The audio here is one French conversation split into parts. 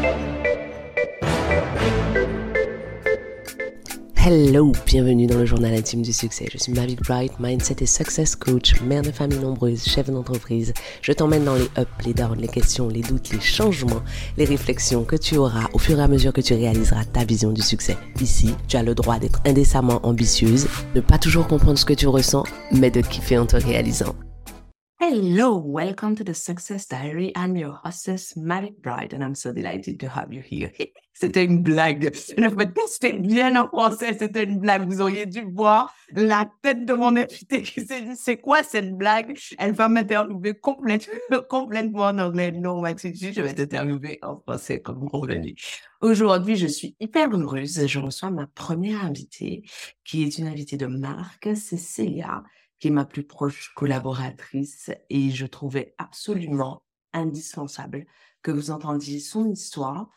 Hello, bienvenue dans le journal intime du succès. Je suis Mavic Bright, Mindset et Success Coach, mère de famille nombreuse, chef d'entreprise. Je t'emmène dans les ups, les downs, les questions, les doutes, les changements, les réflexions que tu auras au fur et à mesure que tu réaliseras ta vision du succès. Ici, tu as le droit d'être indécemment ambitieuse, de pas toujours comprendre ce que tu ressens, mais de kiffer en te réalisant. Hello, welcome to the Success Diary. I'm your hostess, Mavic Bright, and I'm so delighted to have you here. C'était une blague. Le podcast, c'était bien en français, c'était une blague. Vous auriez dû voir la tête de mon invité qui s'est dit, c'est quoi cette blague? Elle va m'interviewer complètement en anglais. Non, Maxime, je vais t'interviewer en français comme convenu. Aujourd'hui, je suis hyper heureuse. Je reçois ma première invitée, qui est une invitée de marque, c'est Célia, qui est ma plus proche collaboratrice, et je trouvais absolument indispensable que vous entendiez son histoire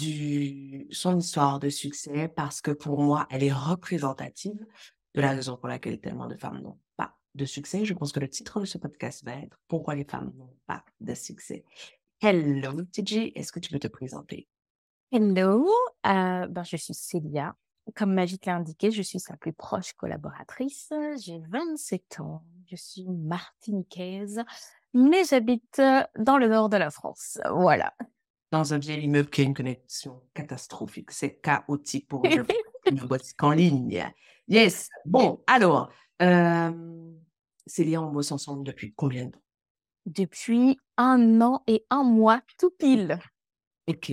de succès, parce que pour moi, elle est représentative de la raison pour laquelle tellement de femmes n'ont pas de succès. Je pense que le titre de ce podcast va être « Pourquoi les femmes n'ont pas de succès ». Hello, TJ, est-ce que tu peux te présenter? Hello, je suis Célia. Comme Magic l'a indiqué, je suis sa plus proche collaboratrice. J'ai 27 ans, je suis martiniquaise, mais j'habite dans le nord de la France. Voilà. Dans un vieil immeuble qui a une connexion catastrophique. C'est chaotique pour une boutique en ligne. Yes. Bon, alors, Célia, on bosse ensemble depuis combien de temps? Depuis 1 an et 1 mois, tout pile. Ok.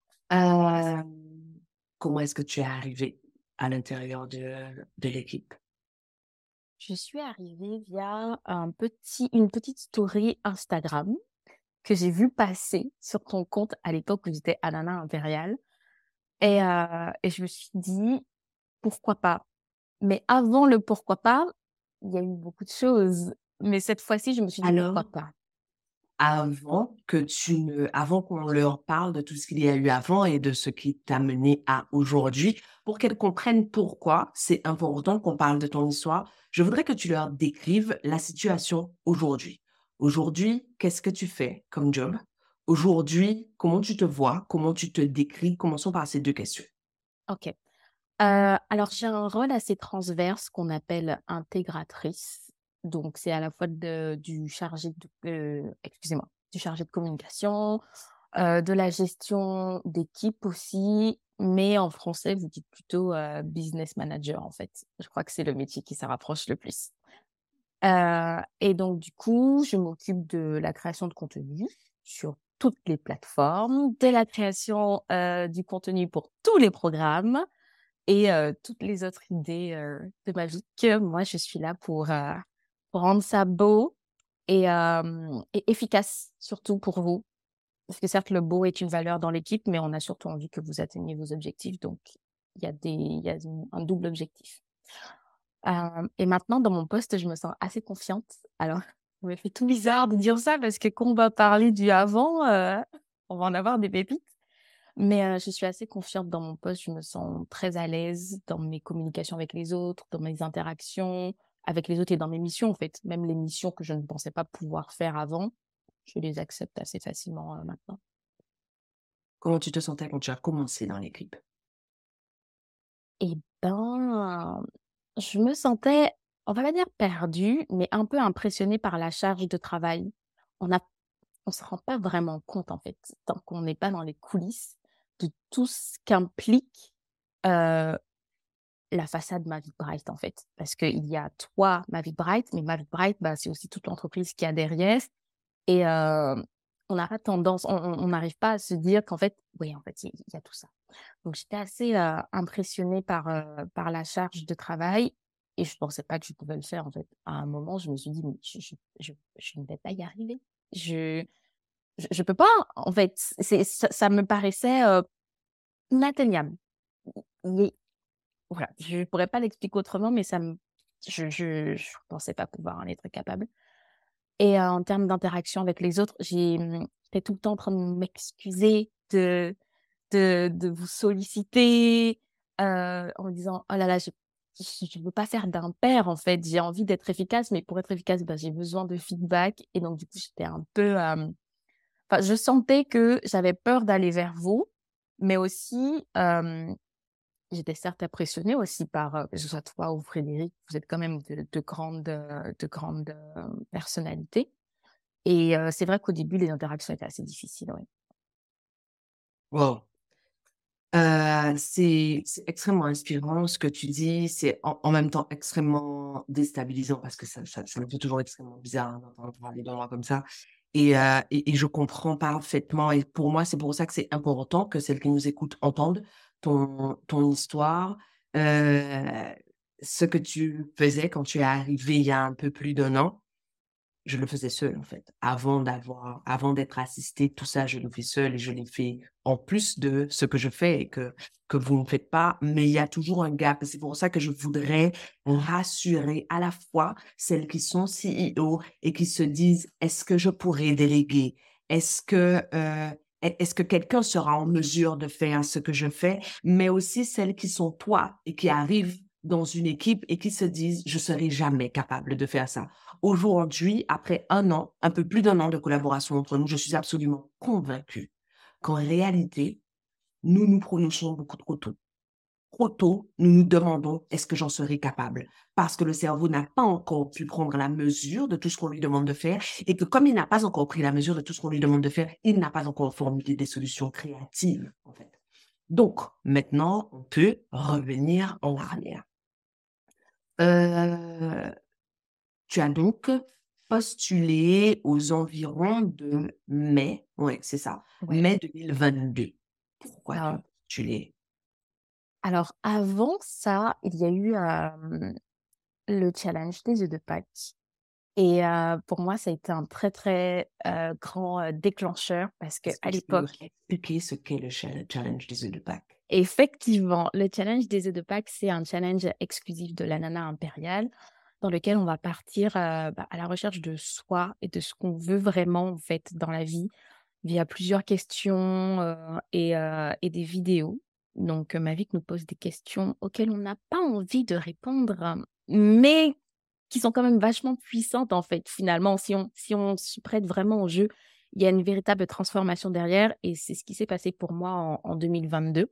Comment est-ce que tu es arrivée à l'intérieur de l'équipe? Je suis arrivée via une petite story Instagram que j'ai vu passer sur ton compte à l'époque où j'étais à Nana Impérial. Et je me suis dit, pourquoi pas? Mais avant le pourquoi pas, il y a eu beaucoup de choses. Mais cette fois-ci, je me suis dit, pourquoi pas? Avant qu'on leur parle de tout ce qu'il y a eu avant et de ce qui t'a mené à aujourd'hui, pour qu'elles comprennent pourquoi c'est important qu'on parle de ton histoire, je voudrais que tu leur décrives la situation aujourd'hui. Aujourd'hui, qu'est-ce que tu fais comme job? Aujourd'hui, comment tu te vois? Comment tu te décris? Commençons par ces 2 questions. Ok. Alors, j'ai un rôle assez transverse qu'on appelle intégratrice. Donc, c'est à la fois du chargé de communication, de la gestion d'équipe aussi, mais en français, vous dites plutôt business manager, en fait. Je crois que c'est le métier qui s'en rapproche le plus. Et donc, du coup, je m'occupe de la création de contenu sur toutes les plateformes, de la création du contenu pour tous les programmes et toutes les autres idées de ma vie. Moi, je suis là pour rendre ça beau et efficace, surtout pour vous. Parce que certes, le beau est une valeur dans l'équipe, mais on a surtout envie que vous atteigniez vos objectifs. Donc, il y a un double objectif. Et maintenant, dans mon poste, je me sens assez confiante. Alors, ça me fait tout bizarre de dire ça parce que quand on va parler du avant, on va en avoir des pépites. Mais je suis assez confiante dans mon poste. Je me sens très à l'aise dans mes communications avec les autres, dans mes interactions avec les autres et dans mes missions, en fait. Même les missions que je ne pensais pas pouvoir faire avant, je les accepte assez facilement maintenant. Comment tu te sentais quand tu as commencé dans l'équipe? Eh ben, je me sentais, on va pas dire perdue, mais un peu impressionnée par la charge de travail. On se rend pas vraiment compte, en fait, tant qu'on n'est pas dans les coulisses, de tout ce qu'implique la façade Mavic Bright, en fait. Parce qu'il y a toi, Mavic Bright, mais Mavic Bright, c'est aussi toute l'entreprise qu'il y a derrière. Et on n'a pas tendance, on n'arrive pas à se dire qu'en fait, oui, en fait, il y a tout ça. Donc, j'étais assez impressionnée par la charge de travail et je pensais pas que je pouvais le faire, en fait. À un moment, je me suis dit, mais je ne vais pas y arriver. Je peux pas, en fait. Ça me paraissait inatteignable. Voilà, je pourrais pas l'expliquer autrement, mais je pensais pas pouvoir en être capable. Et en termes d'interaction avec les autres, j'étais tout le temps en train de m'excuser de vous solliciter en me disant: «Oh là là, je veux pas faire d'impair, en fait. J'ai envie d'être efficace, mais pour être efficace, j'ai besoin de feedback». Et donc du coup, j'étais un peu, je sentais que j'avais peur d'aller vers vous Mais aussi, j'étais certes impressionnée aussi par, que ce soit toi ou Frédéric, vous êtes quand même de grandes personnalités. Et c'est vrai qu'au début, les interactions étaient assez difficiles, oui. Wow. C'est extrêmement inspirant ce que tu dis. C'est en même temps extrêmement déstabilisant parce que ça me fait toujours extrêmement bizarre d'entendre parler de moi comme ça. Et je comprends parfaitement. Et pour moi, c'est pour ça que c'est important que celles qui nous écoutent entendent ton histoire, euh, ce que tu faisais quand tu es arrivé il y a un peu plus d'un an. Je le faisais seul, en fait. Avant d'être assistée, tout ça, je le fais seul et je l'ai fait en plus de ce que je fais et que vous ne faites pas. Mais il y a toujours un gap. Et c'est pour ça que je voudrais rassurer à la fois celles qui sont CEO et qui se disent, est-ce que je pourrais déléguer? Est-ce que quelqu'un sera en mesure de faire ce que je fais? Mais aussi celles qui sont toi et qui arrivent dans une équipe et qui se disent, je serai jamais capable de faire ça. Aujourd'hui, après un an, un peu plus d'un an de collaboration entre nous, je suis absolument convaincue qu'en réalité, nous nous prononçons beaucoup trop tôt. Trop tôt, nous nous demandons est-ce que j'en serai capable? Parce que le cerveau n'a pas encore pu prendre la mesure de tout ce qu'on lui demande de faire et que comme il n'a pas encore pris la mesure de tout ce qu'on lui demande de faire, il n'a pas encore formulé des solutions créatives, en fait. Donc, maintenant, on peut revenir en arrière. Euh, Tu as donc postulé aux environs de mai, ouais, c'est ça, Ouais. mai 2022. Pourquoi tu as Alors postulé? alors avant ça, il y a eu, le challenge des œufs de Pâques. Et pour moi, ça a été un très, très, grand, déclencheur parce qu'à Est-ce que tu peux me l'époque, expliquer ce qu'est le challenge des œufs de Pâques? effectivement, le challenge des œufs de Pâques, c'est un challenge exclusif de l'Anana Impérial dans lequel on va partir, à la recherche de soi et de ce qu'on veut vraiment, en fait, dans la vie via plusieurs questions, et des vidéos. Donc Mavic nous pose des questions auxquelles on n'a pas envie de répondre, mais qui sont quand même vachement puissantes, en fait, finalement. Si on se prête vraiment au jeu, il y a une véritable transformation derrière et c'est ce qui s'est passé pour moi en 2022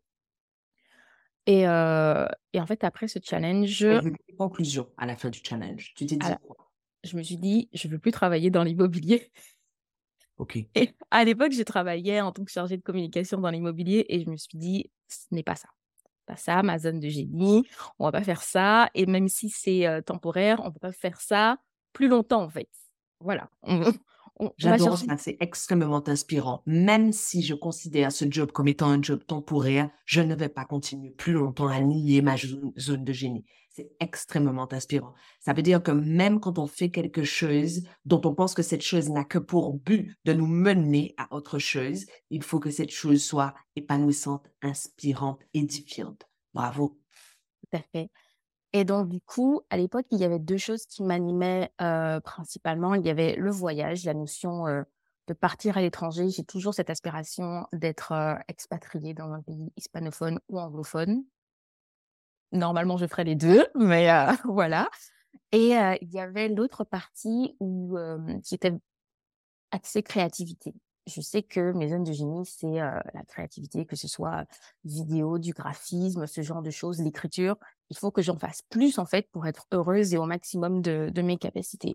et en fait, après ce challenge, Quelle fut tes conclusions à la fin du challenge? Tu t'es à dit la quoi? je me suis dit: «Je veux plus travailler dans l'immobilier». OK. Et à l'époque, je travaillais en tant que chargée de communication dans l'immobilier et je me suis dit: «Ce n'est pas ça. Pas ça, ma zone de génie, on va pas faire ça et même si c'est, temporaire, on peut pas faire ça plus longtemps, en fait». Voilà, on va J'adore chercher ça, c'est extrêmement inspirant. Même si je considère ce job comme étant un job temporaire, je ne vais pas continuer plus longtemps à nier ma zone de génie. C'est extrêmement inspirant. Ça veut dire que même quand on fait quelque chose dont on pense que cette chose n'a que pour but de nous mener à autre chose, il faut que cette chose soit épanouissante, inspirante, édifiante. Bravo. tout à fait. Et donc du coup, à l'époque, il y avait 2 choses qui m'animaient, principalement. Il y avait le voyage, la notion, de partir à l'étranger. J'ai toujours cette aspiration d'être, expatriée dans un pays hispanophone ou anglophone. Normalement, je ferais les 2, mais voilà. Et il y avait l'autre partie où, qui était axée créativité. Je sais que mes zones de génie, c'est, la créativité, que ce soit vidéo, du graphisme, ce genre de choses, l'écriture. Il faut que j'en fasse plus, en fait, pour être heureuse et au maximum de mes capacités.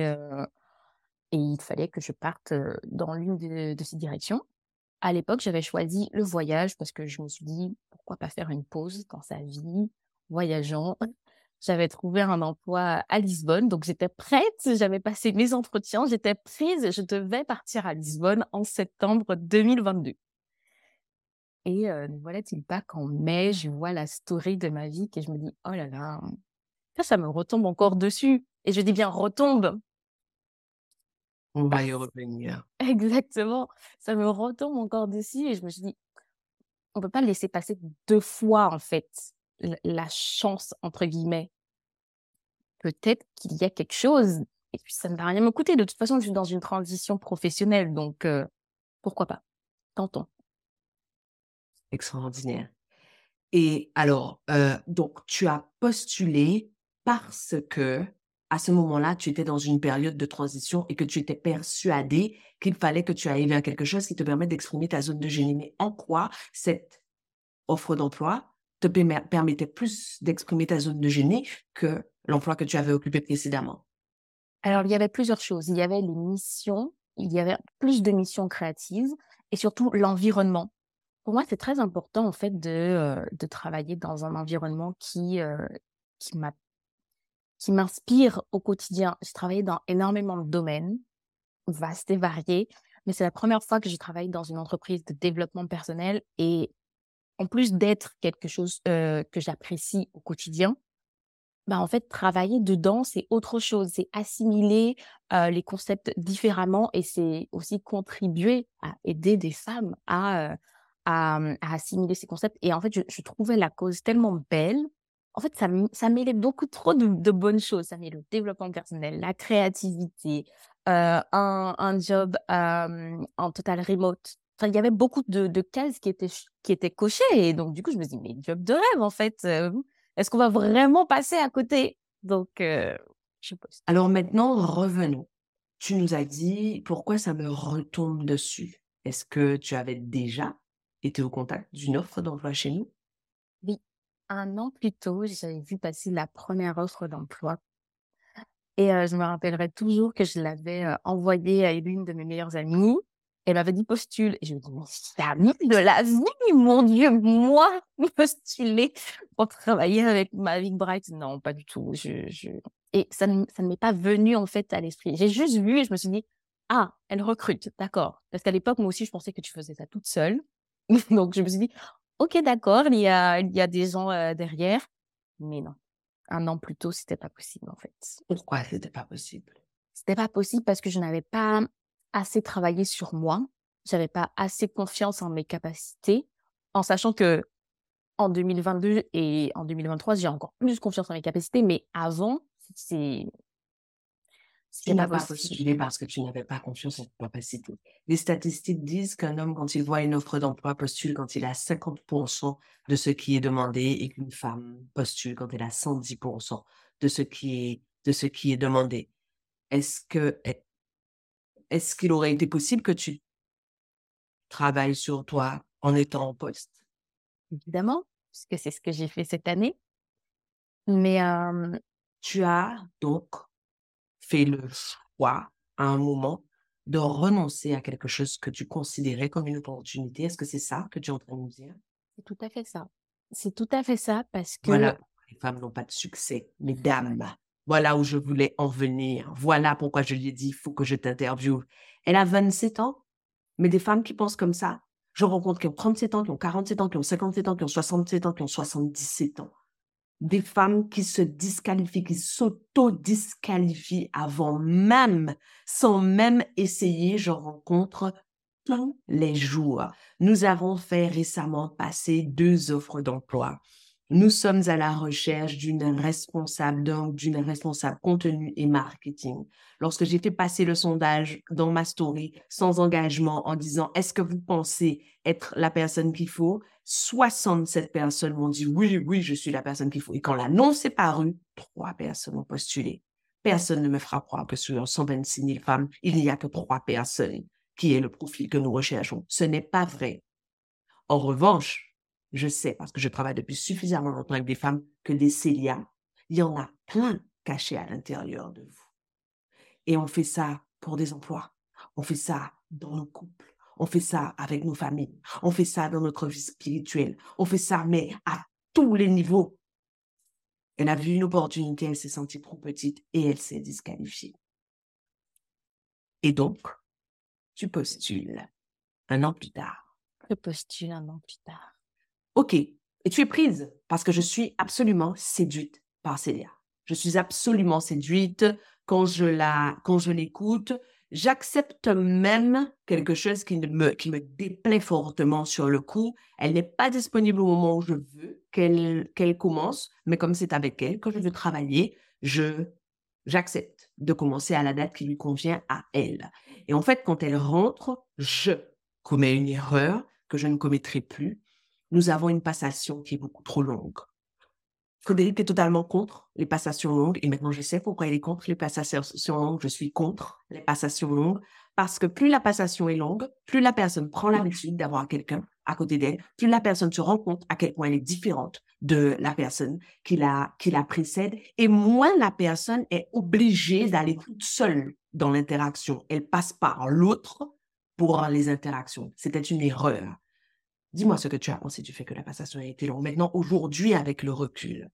Et il fallait que je parte, dans l'une de ces directions. À l'époque, j'avais choisi le voyage parce que je me suis dit: «Pourquoi pas faire une pause dans sa vie, voyageant?» J'avais trouvé un emploi à Lisbonne, donc j'étais prête, j'avais passé mes entretiens, j'étais prise, je devais partir à Lisbonne en septembre 2022. Et ne voilà-t-il pas qu'en mai, je vois la story de ma vie et je me dis: «Oh là là, ça me retombe encore dessus» et je dis bien retombe On va y parce revenir. exactement, ça me retombe encore dessus et je me suis dit: «On peut pas laisser passer 2 fois, en fait, la «chance» entre guillemets». Peut-être qu'il y a quelque chose et puis ça ne va rien me coûter. De toute façon, je suis dans une transition professionnelle donc pourquoi pas? Tentons. Extraordinaire. Et alors, donc tu as postulé parce que, à ce moment-là, tu étais dans une période de transition et que tu étais persuadée qu'il fallait que tu ailles vers quelque chose qui te permette d'exprimer ta zone de génie. Mais en quoi cette offre d'emploi te permettait plus d'exprimer ta zone de génie que l'emploi que tu avais occupé précédemment? Alors, il y avait plusieurs choses. Il y avait les missions, il y avait plus de missions créatives et surtout l'environnement. Pour moi, c'est très important, en fait, de travailler dans un environnement qui m'a qui m'inspire au quotidien. J'ai travaillé dans énormément de domaines, vastes et variés, mais c'est la première fois que je travaille dans une entreprise de développement personnel et en plus d'être quelque chose, que j'apprécie au quotidien, bah, en fait, travailler dedans, c'est autre chose. C'est assimiler, les concepts différemment et c'est aussi contribuer à aider des femmes à assimiler ces concepts et en fait, je trouvais la cause tellement belle. En fait, ça mêlait beaucoup trop de bonnes choses. Ça mêlait le développement personnel, la créativité, un job, en total remote. Enfin, il y avait beaucoup de cases qui étaient cochées et donc du coup, je me dis: «Mais job de rêve, en fait, est-ce qu'on va vraiment passer à côté?» Donc je poste. Alors maintenant, revenons. Tu nous as dit pourquoi ça me retombe dessus. Est-ce que tu avais déjà été au contact d'une offre d'emploi chez nous? Oui, 1 an plus tôt, j'avais vu passer la première offre d'emploi et je me rappellerai toujours que je l'avais, envoyée à l'une de mes meilleures amies. Elle m'avait dit: «Postule» et je me dis: «Mais jamais de la vie, mon Dieu, moi postuler pour travailler avec Mavic Bright?» Non, pas du tout. Je et ça ne m'est pas venu, en fait, à l'esprit. J'ai juste vu et je me suis dit: «Ah, elle recrute, d'accord». Parce qu'à l'époque, moi aussi, je pensais que tu faisais ça toute seule. Donc je me suis dit: «OK, d'accord, il y a des gens, derrière». Mais non, 1 an plus tôt, c'était pas possible, en fait. Pourquoi c'était pas possible? C'était pas possible parce que je n'avais pas assez travaillé sur moi. J'avais pas assez confiance en mes capacités, en sachant que en 2022 et en 2023, j'ai encore plus confiance en mes capacités, mais avant, c'est Tu c'était n'as pas pas possible. postulé parce que tu n'avais pas confiance en tes capacités. Les statistiques disent qu'un homme, quand il voit une offre d'emploi, postule quand il a 50% de ce qui est demandé et qu'une femme postule quand elle a 110% de ce qui est demandé. Est-ce qu'il aurait été possible que tu travailles sur toi en étant en poste? Évidemment, puisque c'est ce que j'ai fait cette année. Mais Tu as donc fait le choix, à un moment, de renoncer à quelque chose que tu considérais comme une opportunité. Est-ce que c'est ça que tu es en train de me dire? c'est tout à fait ça. C'est tout à fait ça parce Voilà que pourquoi les femmes n'ont pas de succès, mesdames. Voilà où je voulais en venir. Voilà pourquoi je lui ai dit: «Il faut que je t'interviewe». Elle a 27 ans, mais des femmes qui pensent comme ça, je rencontre qui ont 37 ans, qui ont 47 ans, qui ont 57 ans, qui ont 67 ans, qui ont 77 ans. Des femmes qui se disqualifient, qui s'auto-disqualifient avant même, sans même essayer, je rencontre tous les jours. Nous avons fait récemment passer 2 offres d'emploi. Nous sommes à la recherche d'une responsable contenu et marketing. Lorsque j'ai fait passer le sondage dans ma story, sans engagement, en disant: «Est-ce que vous pensez être la personne qu'il faut?» 67 personnes m'ont dit: «Oui, oui, je suis la personne qu'il faut». Et quand l'annonce est parue, 3 personnes ont postulé. Personne ne me fera croire que sur 126 000 femmes, il n'y a que 3 personnes qui aient le profil que nous recherchons. Ce n'est pas vrai. En revanche, je sais, parce que je travaille depuis suffisamment longtemps avec des femmes, que des Célia, il y en a plein cachés à l'intérieur de vous. Et on fait ça pour des emplois. On fait ça dans nos couples. On fait ça avec nos familles. On fait ça dans notre vie spirituelle. On fait ça, mais à tous les niveaux. Elle a vu une opportunité, elle s'est sentie trop petite et elle s'est disqualifiée. Et donc, tu postules 1 an plus tard. je postule 1 an plus tard. OK. Et tu es prise parce que je suis absolument séduite par Célia. Je suis absolument séduite quand je l'écoute. J'accepte même quelque chose qui me déplaît fortement sur le coup. Elle n'est pas disponible au moment où je veux qu'elle commence, mais comme c'est avec elle que je veux travailler, j'accepte de commencer à la date qui lui convient à elle. Et en fait, quand elle rentre, je commets une erreur que je ne commettrai plus. Nous avons une passation qui est beaucoup trop longue. Frédéric est totalement contre les passations longues et maintenant je sais pourquoi il est contre les passations longues. Je suis contre les passations longues parce que plus la passation est longue, plus la personne prend l'habitude d'avoir quelqu'un à côté d'elle, plus la personne se rend compte à quel point elle est différente de la personne qui la précède, et moins la personne est obligée d'aller toute seule dans l'interaction. Elle passe par l'autre pour les interactions. C'était une erreur. Dis-moi ce que tu as pensé du fait que la passation a été longue. Maintenant, aujourd'hui, avec le recul.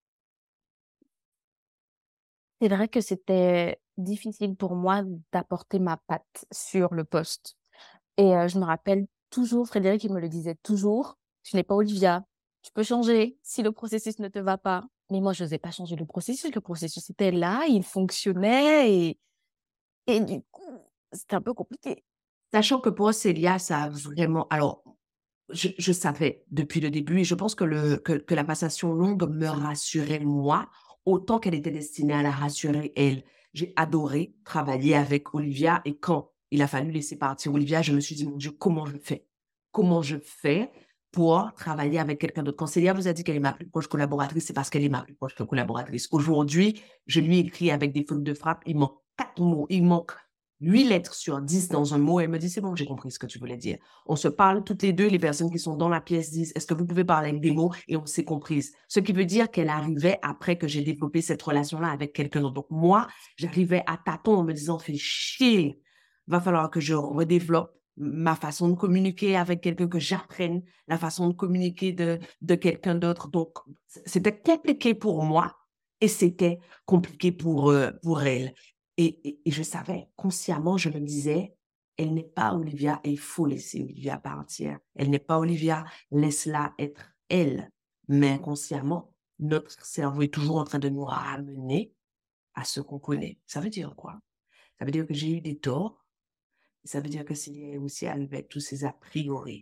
C'est vrai que c'était difficile pour moi d'apporter ma patte sur le poste. Et je me rappelle toujours, Frédéric, il me le disait toujours, tu n'es pas Olivia, tu peux changer si le processus ne te va pas. Mais moi, je n'osais pas changer le processus était là, il fonctionnait et du coup, c'était un peu compliqué. Sachant que pour Célia, ça a vraiment... Alors, je savais depuis le début, et je pense que la passation longue me rassurait moi, autant qu'elle était destinée à la rassurer elle. J'ai adoré travailler avec Olivia, et quand il a fallu laisser partir Olivia, je me suis dit, mon Dieu, comment je fais? Comment je fais pour travailler avec quelqu'un d'autre? Quand Célia vous a dit qu'elle est ma plus proche collaboratrice, c'est parce qu'elle est ma plus proche collaboratrice. Aujourd'hui, je lui écris avec des fautes de frappe, il manque 4 mots, il manque 8 lettres sur 10 dans un mot, et elle me dit, c'est bon, j'ai compris ce que tu voulais dire. On se parle toutes les deux, les personnes qui sont dans la pièce disent, est-ce que vous pouvez parler avec des mots? Et on s'est comprises. Ce qui veut dire qu'elle arrivait après que j'ai développé cette relation-là avec quelqu'un d'autre. Donc moi, j'arrivais à tâtons en me disant, fais chier, va falloir que je redéveloppe ma façon de communiquer avec quelqu'un, que j'apprenne la façon de communiquer de quelqu'un d'autre. Donc, c'était compliqué pour moi et c'était compliqué pour elle. Et je savais, consciemment, je me disais, elle n'est pas Olivia et il faut laisser Olivia partir. Elle n'est pas Olivia, laisse-la être elle. Mais inconsciemment, notre cerveau est toujours en train de nous ramener à ce qu'on connaît. Ça veut dire quoi? Ça veut dire que j'ai eu des torts. Ça veut dire que c'est aussi avec tous ces a priori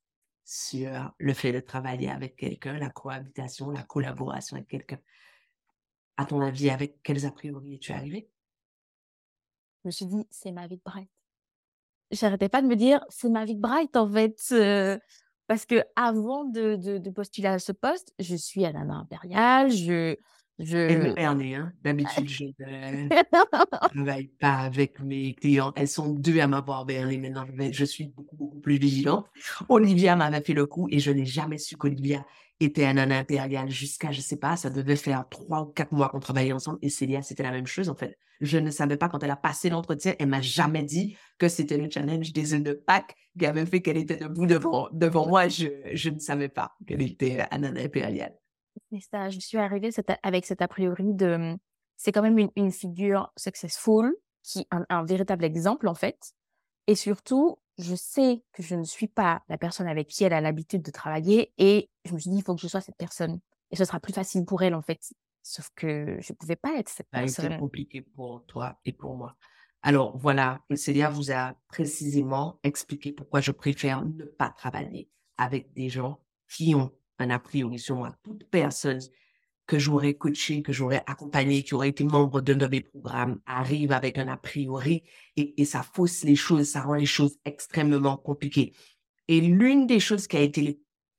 sur le fait de travailler avec quelqu'un, la cohabitation, la collaboration avec quelqu'un. À ton avis, avec quels a priori es-tu arrivé? Je me suis dit, c'est ma vie de Bright. J'arrêtais pas de me dire, c'est ma vie de Bright en fait. Parce que avant de postuler à ce poste, je suis à la Nana Impériale, Elle me je... permet, hein. D'habitude, je ne travaille pas avec mes clients. Elles sont deux à m'avoir berné. Maintenant, je suis beaucoup plus vigilante. Olivia m'avait fait le coup et je n'ai jamais su qu'Olivia était un nana impérial jusqu'à, je sais pas, ça devait faire 3 ou 4 mois qu'on travaillait ensemble. Et Célia, c'était la même chose, en fait. Je ne savais pas quand elle a passé l'entretien, elle m'a jamais dit que c'était le challenge des îles de Pâques qui avait fait qu'elle était debout devant moi. Je ne savais pas qu'elle était un nana impérial. C'est ça, je suis arrivée avec cet a priori de... C'est quand même une figure successful, un véritable exemple en fait. Et surtout, je sais que je ne suis pas la personne avec qui elle a l'habitude de travailler et je me suis dit, il faut que je sois cette personne. Et ce sera plus facile pour elle en fait. Sauf que je ne pouvais pas être cette Ça a été personne. compliqué pour toi et pour moi. Alors voilà, Célia vous a précisément expliqué pourquoi je préfère ne pas travailler avec des gens qui ont un a priori sur moi. Toute personne que j'aurais coaché, que j'aurais accompagné, qui aurait été membre d'un de mes programmes, arrive avec un a priori et ça fausse les choses, ça rend les choses extrêmement compliquées. Et l'une des choses qui a été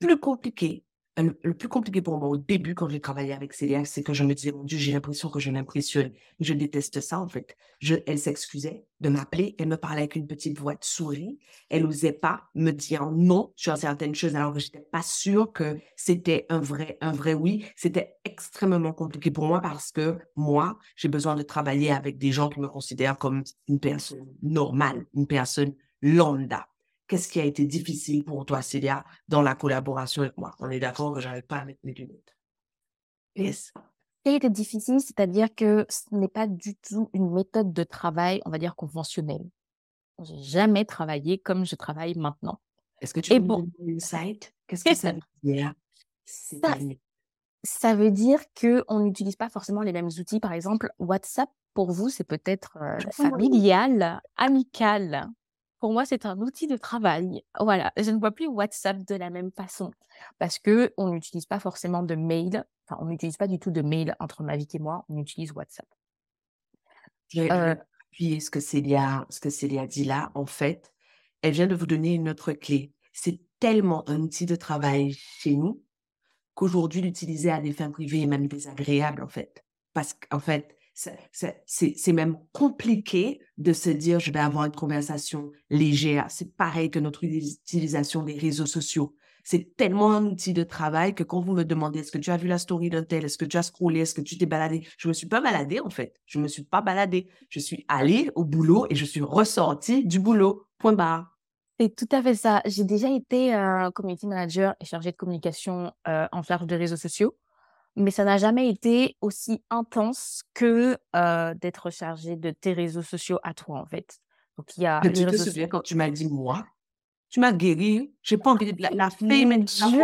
le plus compliqué pour moi au début quand j'ai travaillé avec Célia, c'est que je me disais, mon Dieu, j'ai l'impression que je l'impressionne. Je déteste ça, en fait. Elle s'excusait de m'appeler, elle me parlait avec une petite voix de souris. Elle n'osait pas me dire non sur certaines choses alors que j'étais pas sûre que c'était un vrai oui. C'était extrêmement compliqué pour moi parce que moi, j'ai besoin de travailler avec des gens qui me considèrent comme une personne normale, une personne lambda. Qu'est-ce qui a été difficile pour toi, Célia, dans la collaboration avec moi? On est d'accord que j'arrive pas à mettre mes lunettes. Yes. Ce qui a été difficile, c'est-à-dire que ce n'est pas du tout une méthode de travail, on va dire, conventionnelle. J'ai jamais travaillé comme je travaille maintenant. Est-ce que tu Et peux me bon, donner un insight? Qu'est-ce que ça veut dire? C'est ça, pas une... ça veut dire qu'on n'utilise pas forcément les mêmes outils. Par exemple, WhatsApp, pour vous, c'est peut-être familial, amical. Pour moi, c'est un outil de travail. Voilà, je ne vois plus WhatsApp de la même façon parce que on n'utilise pas forcément de mail. Enfin, on n'utilise pas du tout de mail entre Mavic et moi. On utilise WhatsApp. Je vais appuyer ce que Célia dit là. En fait, elle vient de vous donner une autre clé. C'est tellement un outil de travail chez nous qu'aujourd'hui, l'utiliser à des fins privées est même désagréable, en fait. Parce qu'en fait, c'est même compliqué de se dire, je vais avoir une conversation légère. C'est pareil que notre utilisation des réseaux sociaux. C'est tellement un outil de travail que quand vous me demandez, est-ce que tu as vu la story d'un tel, est-ce que tu as scrollé, est-ce que tu t'es baladé? Je me suis pas baladée, en fait. Je me suis pas baladée. Je suis allée au boulot et je suis ressortie du boulot. Point barre. C'est tout à fait ça. J'ai déjà été community manager et chargée de communication en charge des réseaux sociaux, mais ça n'a jamais été aussi intense que d'être chargée de tes réseaux sociaux à toi, en fait. Donc, il y a Mais les tu te réseaux souviens sociaux. quand tu m'as dit, moi, tu m'as guéri. J'ai pas envie de la fille, Mon mais Dieu!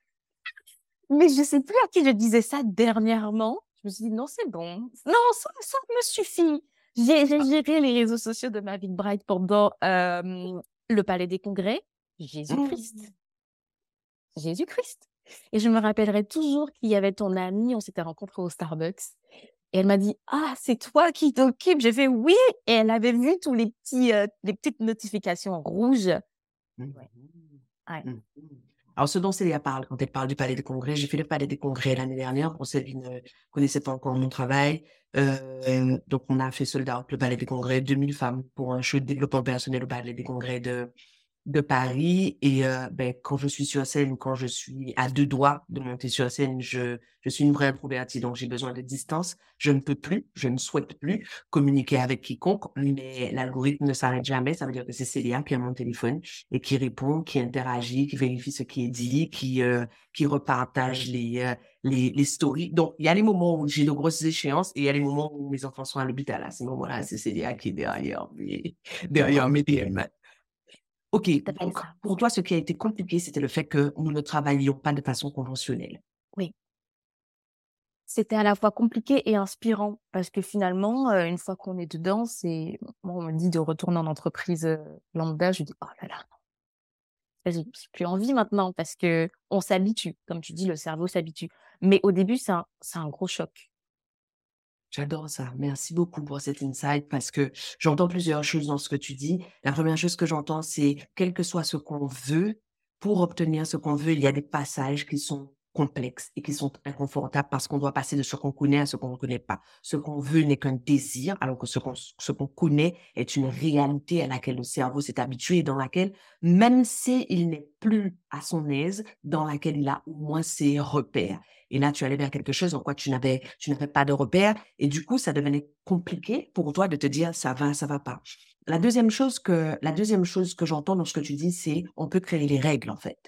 Mais je sais plus à qui je disais ça dernièrement. Je me suis dit, non, c'est bon. Non, ça me suffit. J'ai géré les réseaux sociaux de Mavic Bright pendant le Palais des Congrès. Jésus-Christ. Jésus-Christ. Et je me rappellerai toujours qu'il y avait ton amie, on s'était rencontrés au Starbucks. Et elle m'a dit, ah, c'est toi qui t'occupes. J'ai fait oui. Et elle avait vu tous les petites notifications rouges. Ouais. Ouais. Alors, ce dont Célia parle, quand elle parle du Palais des Congrès, j'ai fait le Palais des Congrès l'année dernière. Pour celles qui ne connaissaient pas encore mon travail, donc on a fait sold out le Palais des Congrès, 2000 femmes pour un show de développement personnel au Palais des Congrès de Paris. Et ben, quand je suis sur scène, quand je suis à deux doigts de monter sur scène, je suis une vraie introvertie, donc j'ai besoin de distance. Je ne peux plus, je ne souhaite plus communiquer avec quiconque, mais l'algorithme ne s'arrête jamais. Ça veut dire que c'est Célia qui a mon téléphone et qui répond, qui interagit, qui vérifie ce qui est dit, qui repartage les stories. Donc, il y a les moments où j'ai de grosses échéances et il y a les moments où mes enfants sont à l'hôpital. À ces moments-là, c'est Célia qui est derrière mes DM. OK, Tout à fait donc ça. pour toi, ce qui a été compliqué, c'était le fait que nous ne travaillions pas de façon conventionnelle. Oui. C'était à la fois compliqué et inspirant parce que finalement, une fois qu'on est dedans, moi, on me dit de retourner en entreprise lambda. Je dis, oh là là, j'ai plus envie maintenant parce que on s'habitue. Comme tu dis, le cerveau s'habitue. Mais au début, c'est un gros choc. J'adore ça. Merci beaucoup pour cet insight parce que j'entends plusieurs choses dans ce que tu dis. La première chose que j'entends, c'est quel que soit ce qu'on veut, pour obtenir ce qu'on veut, il y a des passages qui sont complexes et qui sont inconfortables parce qu'on doit passer de ce qu'on connaît à ce qu'on ne connaît pas. Ce qu'on veut n'est qu'un désir, alors que ce qu'on connaît est une réalité à laquelle le cerveau s'est habitué et dans laquelle, même s'il n'est plus à son aise, dans laquelle il a au moins ses repères. Et là, tu allais vers quelque chose en quoi tu n'avais pas de repères. Et du coup, ça devenait compliqué pour toi de te dire, ça va pas. La deuxième chose que j'entends dans ce que tu dis, c'est, on peut créer les règles, en fait.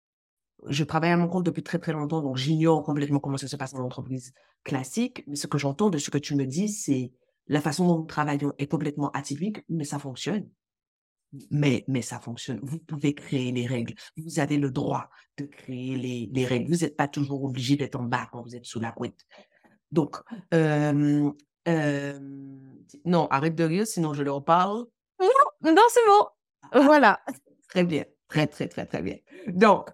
Je travaille à mon compte depuis très, très longtemps, donc j'ignore complètement comment ça se passe dans l'entreprise classique. Mais ce que j'entends de ce que tu me dis, c'est la façon dont nous travaillons est complètement atypique, mais ça fonctionne. Mais ça fonctionne. Vous pouvez créer les règles. Vous avez le droit de créer les règles. Vous n'êtes pas toujours obligé d'être en bas quand vous êtes sous la couette. Donc, non, arrête de rire, sinon je leur parle. Non, c'est bon. Voilà. Très bien. Très, très, très, très bien. Donc,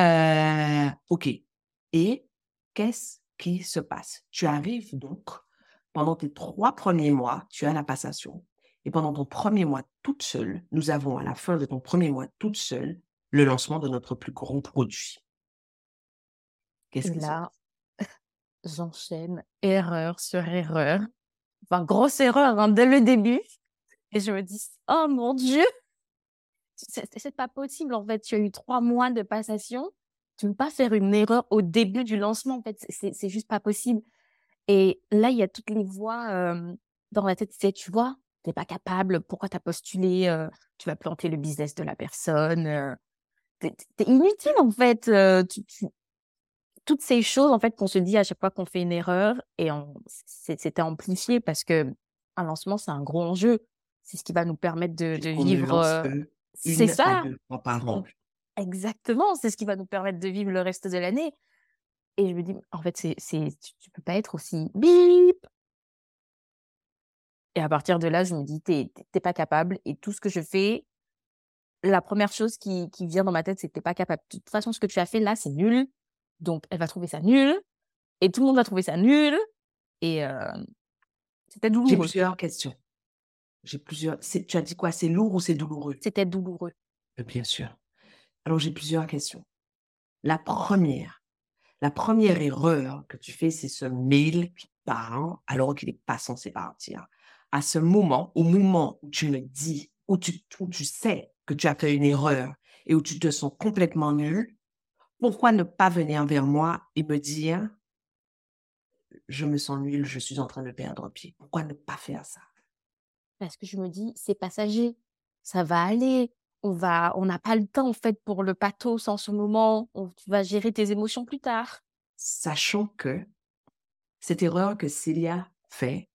OK. Et qu'est-ce qui se passe? Tu arrives donc, pendant tes 3 premiers mois, tu as la passation. Et pendant ton premier mois toute seule, nous avons à la fin de ton premier mois toute seule, le lancement de notre plus gros produit. Qu'est-ce Et qui se là, passe? j'enchaîne erreur sur erreur. Enfin, grosse erreur hein, dès le début. Et je me dis, oh mon Dieu, c'est pas possible en fait. Tu as eu 3 mois de passation. Tu ne peux pas faire une erreur au début du lancement. En fait, c'est juste pas possible. Et là, il y a toutes les voix dans la tête. Tu vois, t'es pas capable. Pourquoi t'as postulé? Tu vas planter le business de la personne. T'es inutile en fait. Toutes ces choses en fait qu'on se dit à chaque fois qu'on fait une erreur et c'était amplifié parce que un lancement c'est un gros enjeu. C'est ce qui va nous permettre de On ne vivre. lance que C'est 1 à ça, 2 fois par an. exactement. C'est ce qui va nous permettre de vivre le reste de l'année. Et je me dis, en fait, tu peux pas être aussi bip. Et à partir de là, je me dis, t'es pas capable. Et tout ce que je fais, la première chose qui vient dans ma tête, c'est que t'es pas capable. De toute façon, ce que tu as fait là, c'est nul. Donc, elle va trouver ça nul. Et tout le monde va trouver ça nul. Et c'était J'ai douloureux. plusieurs questions. Tu as dit quoi? C'est lourd ou c'est douloureux? C'était douloureux. Bien sûr. Alors, j'ai plusieurs questions. La première erreur que tu fais, c'est ce mail qui part alors qu'il n'est pas censé partir. À ce moment, au moment où tu me dis, où tu sais que tu as fait une erreur et où tu te sens complètement nul, pourquoi ne pas venir vers moi et me dire, je me sens nul, je suis en train de perdre pied. Pourquoi ne pas faire ça? Parce que je me dis: «C'est passager, ça va aller, on n'a pas le temps en fait pour le pathos en ce moment, tu vas gérer tes émotions plus tard». Sachant que cette erreur que Célia fait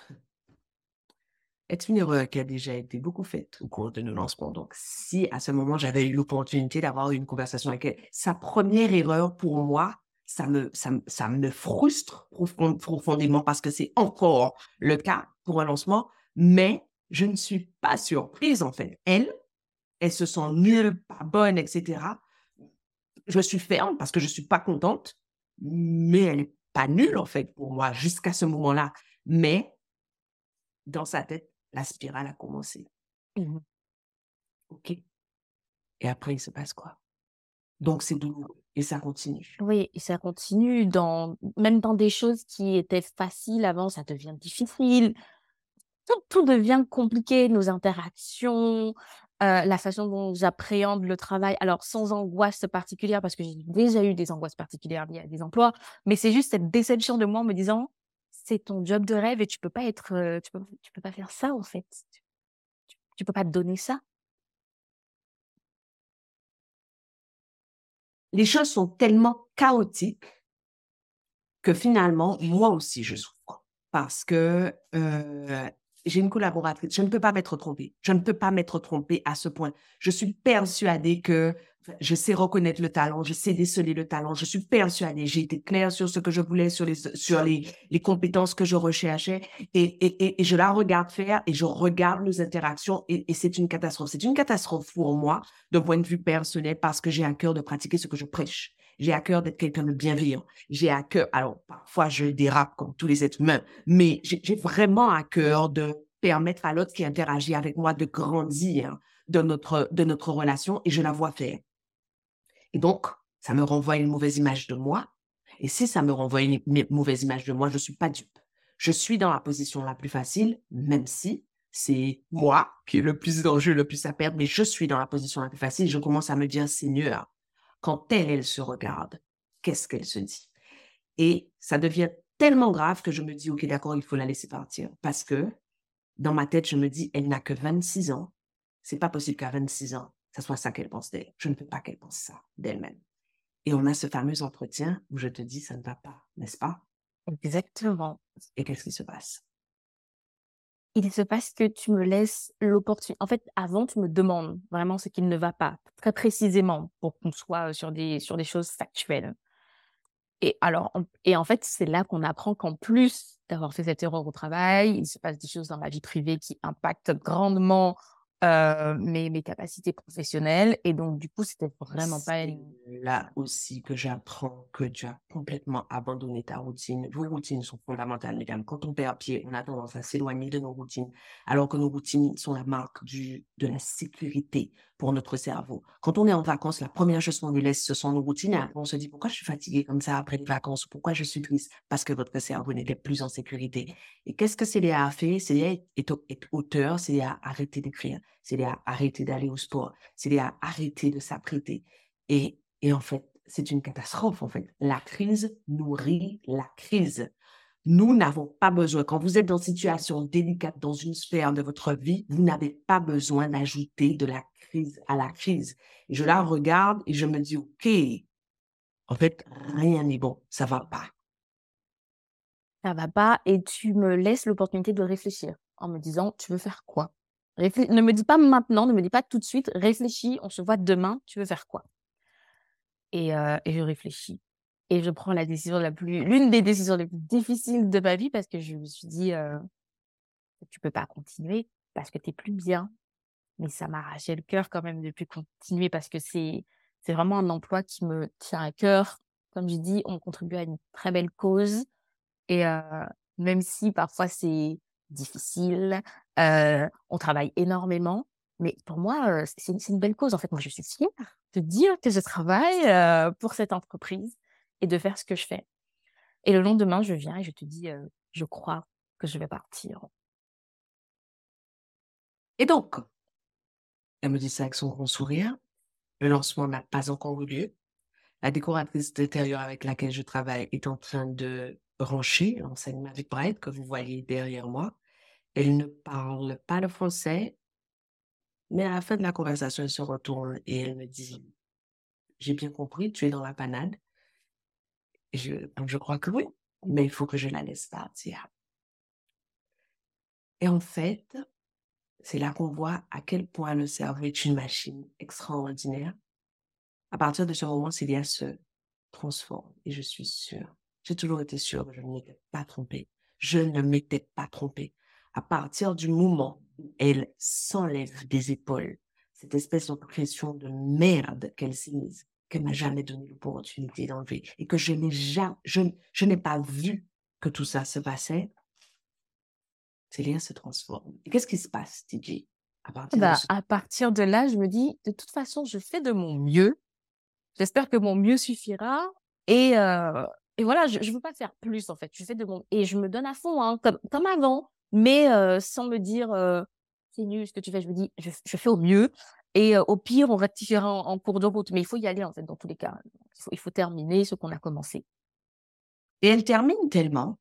est une erreur qui a déjà été beaucoup faite au cours de nos lancements. Donc, si à ce moment, j'avais eu l'opportunité d'avoir une conversation avec elle, sa première erreur pour moi, ça me frustre profondément parce que c'est encore le cas pour un lancement, mais je ne suis pas surprise en fait. Elle se sent nulle, pas bonne, etc. Je suis ferme parce que je suis pas contente, mais elle n'est pas nulle en fait pour moi jusqu'à ce moment-là. Mais dans sa tête, la spirale a commencé. Mmh. OK. Et après, il se passe quoi? Donc c'est douloureux et ça continue. Oui, et ça continue même dans des choses qui étaient faciles avant, ça devient difficile. Tout devient compliqué, nos interactions, la façon dont j'appréhende le travail. Alors sans angoisse particulière, parce que j'ai déjà eu des angoisses particulières liées à des emplois, mais c'est juste cette déception de moi en me disant: «C'est ton job de rêve et tu peux pas être, tu peux pas faire ça en fait. Tu peux pas te donner ça». Les choses sont tellement chaotiques que finalement, moi aussi, je souffre parce que j'ai une collaboratrice. Je ne peux pas m'être trompée. Je ne peux pas m'être trompée à ce point. Je suis persuadée que je sais reconnaître le talent, je sais déceler le talent. Je suis persuadée. J'ai été claire sur ce que je voulais, sur les compétences que je recherchais et je la regarde faire et je regarde nos interactions et c'est une catastrophe. C'est une catastrophe pour moi d'un point de vue personnel parce que j'ai à cœur de pratiquer ce que je prêche. J'ai à cœur d'être quelqu'un de bienveillant. J'ai à cœur, alors parfois je dérape comme tous les êtres humains, mais j'ai vraiment à cœur de permettre à l'autre qui interagit avec moi de grandir de notre relation et je la vois faire. Et donc, ça me renvoie une mauvaise image de moi. Et si ça me renvoie une mauvaise image de moi, je ne suis pas dupe. Je suis dans la position la plus facile, même si c'est moi qui ai le plus d'enjeux, le plus à perdre, mais je suis dans la position la plus facile. Je commence à me dire, Seigneur, quand elle se regarde, qu'est-ce qu'elle se dit? Et ça devient tellement grave que je me dis, OK, d'accord, il faut la laisser partir. Parce que dans ma tête, je me dis, elle n'a que 26 ans. C'est pas possible qu'à 26 ans, ça soit ça qu'elle pense d'elle. Je ne veux pas qu'elle pense ça d'elle-même. Et on a ce fameux entretien où je te dis, ça ne va pas, n'est-ce pas? Exactement. Et qu'est-ce qui se passe? Il se passe que tu me laisses l'opportunité. En fait, avant, tu me demandes vraiment ce qui ne va pas, très précisément, pour qu'on soit sur des choses factuelles. Et en fait, c'est là qu'on apprend qu'en plus d'avoir fait cette erreur au travail, il se passe des choses dans ma vie privée qui impactent grandement, mes capacités professionnelles et donc du coup, c'était vraiment pas C'est une. là aussi que j'apprends que tu as complètement abandonné ta routine. Vos routines sont fondamentales, mesdames. Quand on perd pied, on a tendance à s'éloigner de nos routines, alors que nos routines sont la marque de la sécurité pour notre cerveau. Quand on est en vacances, la première chose qu'on nous laisse, ce sont nos routines. Et après, on se dit, pourquoi je suis fatiguée comme ça après les vacances? Pourquoi je suis triste? Parce que votre cerveau n'était plus en sécurité. Et qu'est-ce que Célia a fait? Célia est auteur, Célia a arrêté d'écrire, Célia a arrêté d'aller au sport, Célia a arrêté de s'apprêter. Et en fait, c'est une catastrophe, en fait. La crise nourrit la crise. Nous n'avons pas besoin, quand vous êtes dans une situation délicate dans une sphère de votre vie, vous n'avez pas besoin d'ajouter de la crise à la crise. Et je la regarde et je me dis, OK, en fait, rien n'est bon, ça va pas. Ça va pas et tu me laisses l'opportunité de réfléchir en me disant: «Tu veux faire quoi?» Ne me dis pas maintenant, ne me dis pas tout de suite: «Réfléchis, on se voit demain, tu veux faire quoi?» Et je réfléchis et je prends l'une des décisions les plus difficiles de ma vie parce que je me suis dit, «Tu peux pas continuer parce que tu es plus bien». Mais ça m'arrachait le cœur quand même de plus continuer parce que c'est vraiment un emploi qui me tient à cœur. Comme je dis, on contribue à une très belle cause et même si parfois c'est difficile, on travaille énormément, mais pour moi, c'est une belle cause. En fait, moi, je suis fière de dire que je travaille, pour cette entreprise et de faire ce que je fais et le lendemain, je viens et je te dis: je crois que je vais partir. Et donc, elle me dit ça avec son grand sourire. Le lancement n'a pas encore eu lieu. La décoratrice d'intérieur avec laquelle je travaille est en train de brancher l'enseigne Mavic Bright que vous voyez derrière moi. Elle ne parle pas le français, mais à la fin de la conversation, elle se retourne et elle me dit, j'ai bien compris, tu es dans la panade. Donc je crois que oui, mais il faut que je la laisse partir. Et en fait, c'est là qu'on voit à quel point le cerveau est une machine extraordinaire. À partir de ce moment, Célia se transforme et je suis sûre. J'ai toujours été sûre que je ne m'étais pas trompée. Je ne m'étais pas trompée. À partir du moment où elle s'enlève des épaules, cette espèce de pression de merde qu'elle s'est mise, qu'elle m'a jamais donné l'opportunité d'enlever et que je n'ai pas vu que tout ça se passait, Célia se transforme. Et qu'est-ce qui se passe, TJ, à partir de ce... À partir de là, je me dis, de toute façon, je fais de mon mieux. J'espère que mon mieux suffira. Et voilà, je veux pas faire plus, en fait. Je fais de mon... Et je me donne à fond, hein, comme avant, mais sans me dire, c'est nul ce que tu fais. Je me dis, je fais au mieux. Et au pire, on rectifiera en cours de route. Mais il faut y aller, en fait, dans tous les cas. Il faut terminer ce qu'on a commencé. Et elle termine tellement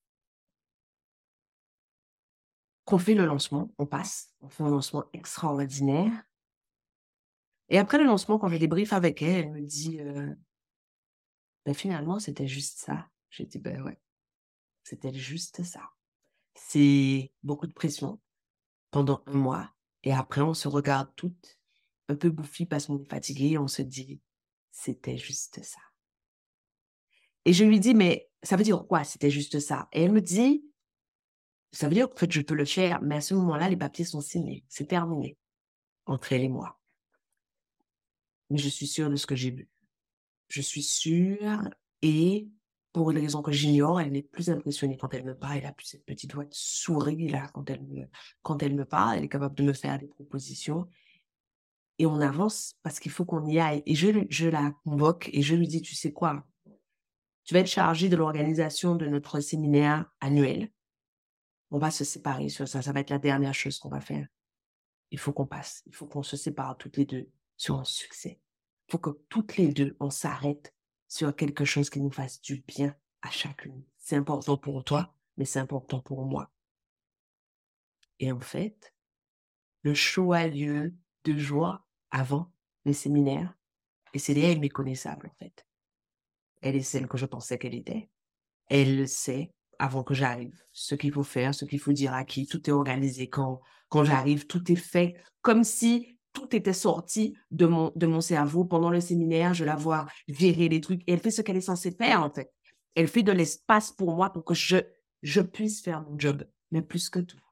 qu'on fait le lancement, on passe, on fait un lancement extraordinaire. Et après le lancement, quand je débriefe avec elle, elle me dit, ben finalement, c'était juste ça. J'ai dit, ben ouais, c'était juste ça. C'est beaucoup de pression pendant un mois. Et après, on se regarde toutes un peu bouffies parce qu'on est fatigué. Et on se dit, c'était juste ça. Et je lui dis, mais ça veut dire quoi, c'était juste ça? Et elle me dit, ça veut dire qu'en fait, je peux le faire, mais à ce moment-là, les papiers sont signés. C'est terminé entre elle et moi. Mais je suis sûre de ce que j'ai vu. Je suis sûre. Et pour une raison que j'ignore, elle est plus impressionnée quand elle me parle. Elle a plus cette petite voix de souris là quand elle me parle. Elle est capable de me faire des propositions. Et on avance parce qu'il faut qu'on y aille. Et je la convoque et je lui dis, tu sais quoi? Tu vas être chargée de l'organisation de notre séminaire annuel. On va se séparer sur ça. Ça va être la dernière chose qu'on va faire. Il faut qu'on passe. Il faut qu'on se sépare toutes les deux sur un succès. Il faut que toutes les deux, on s'arrête sur quelque chose qui nous fasse du bien à chacune. C'est important pour toi, mais c'est important pour moi. Et en fait, le show a lieu 2 jours avant les séminaires. Et Célia est méconnaissable, en fait. Elle est celle que je pensais qu'elle était. Elle le sait avant que j'arrive. Ce qu'il faut faire, ce qu'il faut dire à qui. Tout est organisé quand j'arrive. Tout est fait comme si tout était sorti de mon cerveau. Pendant le séminaire, je la vois gérer les trucs. Et elle fait ce qu'elle est censée faire, en fait. Elle fait de l'espace pour moi pour que je puisse faire mon job. Mais plus que tout.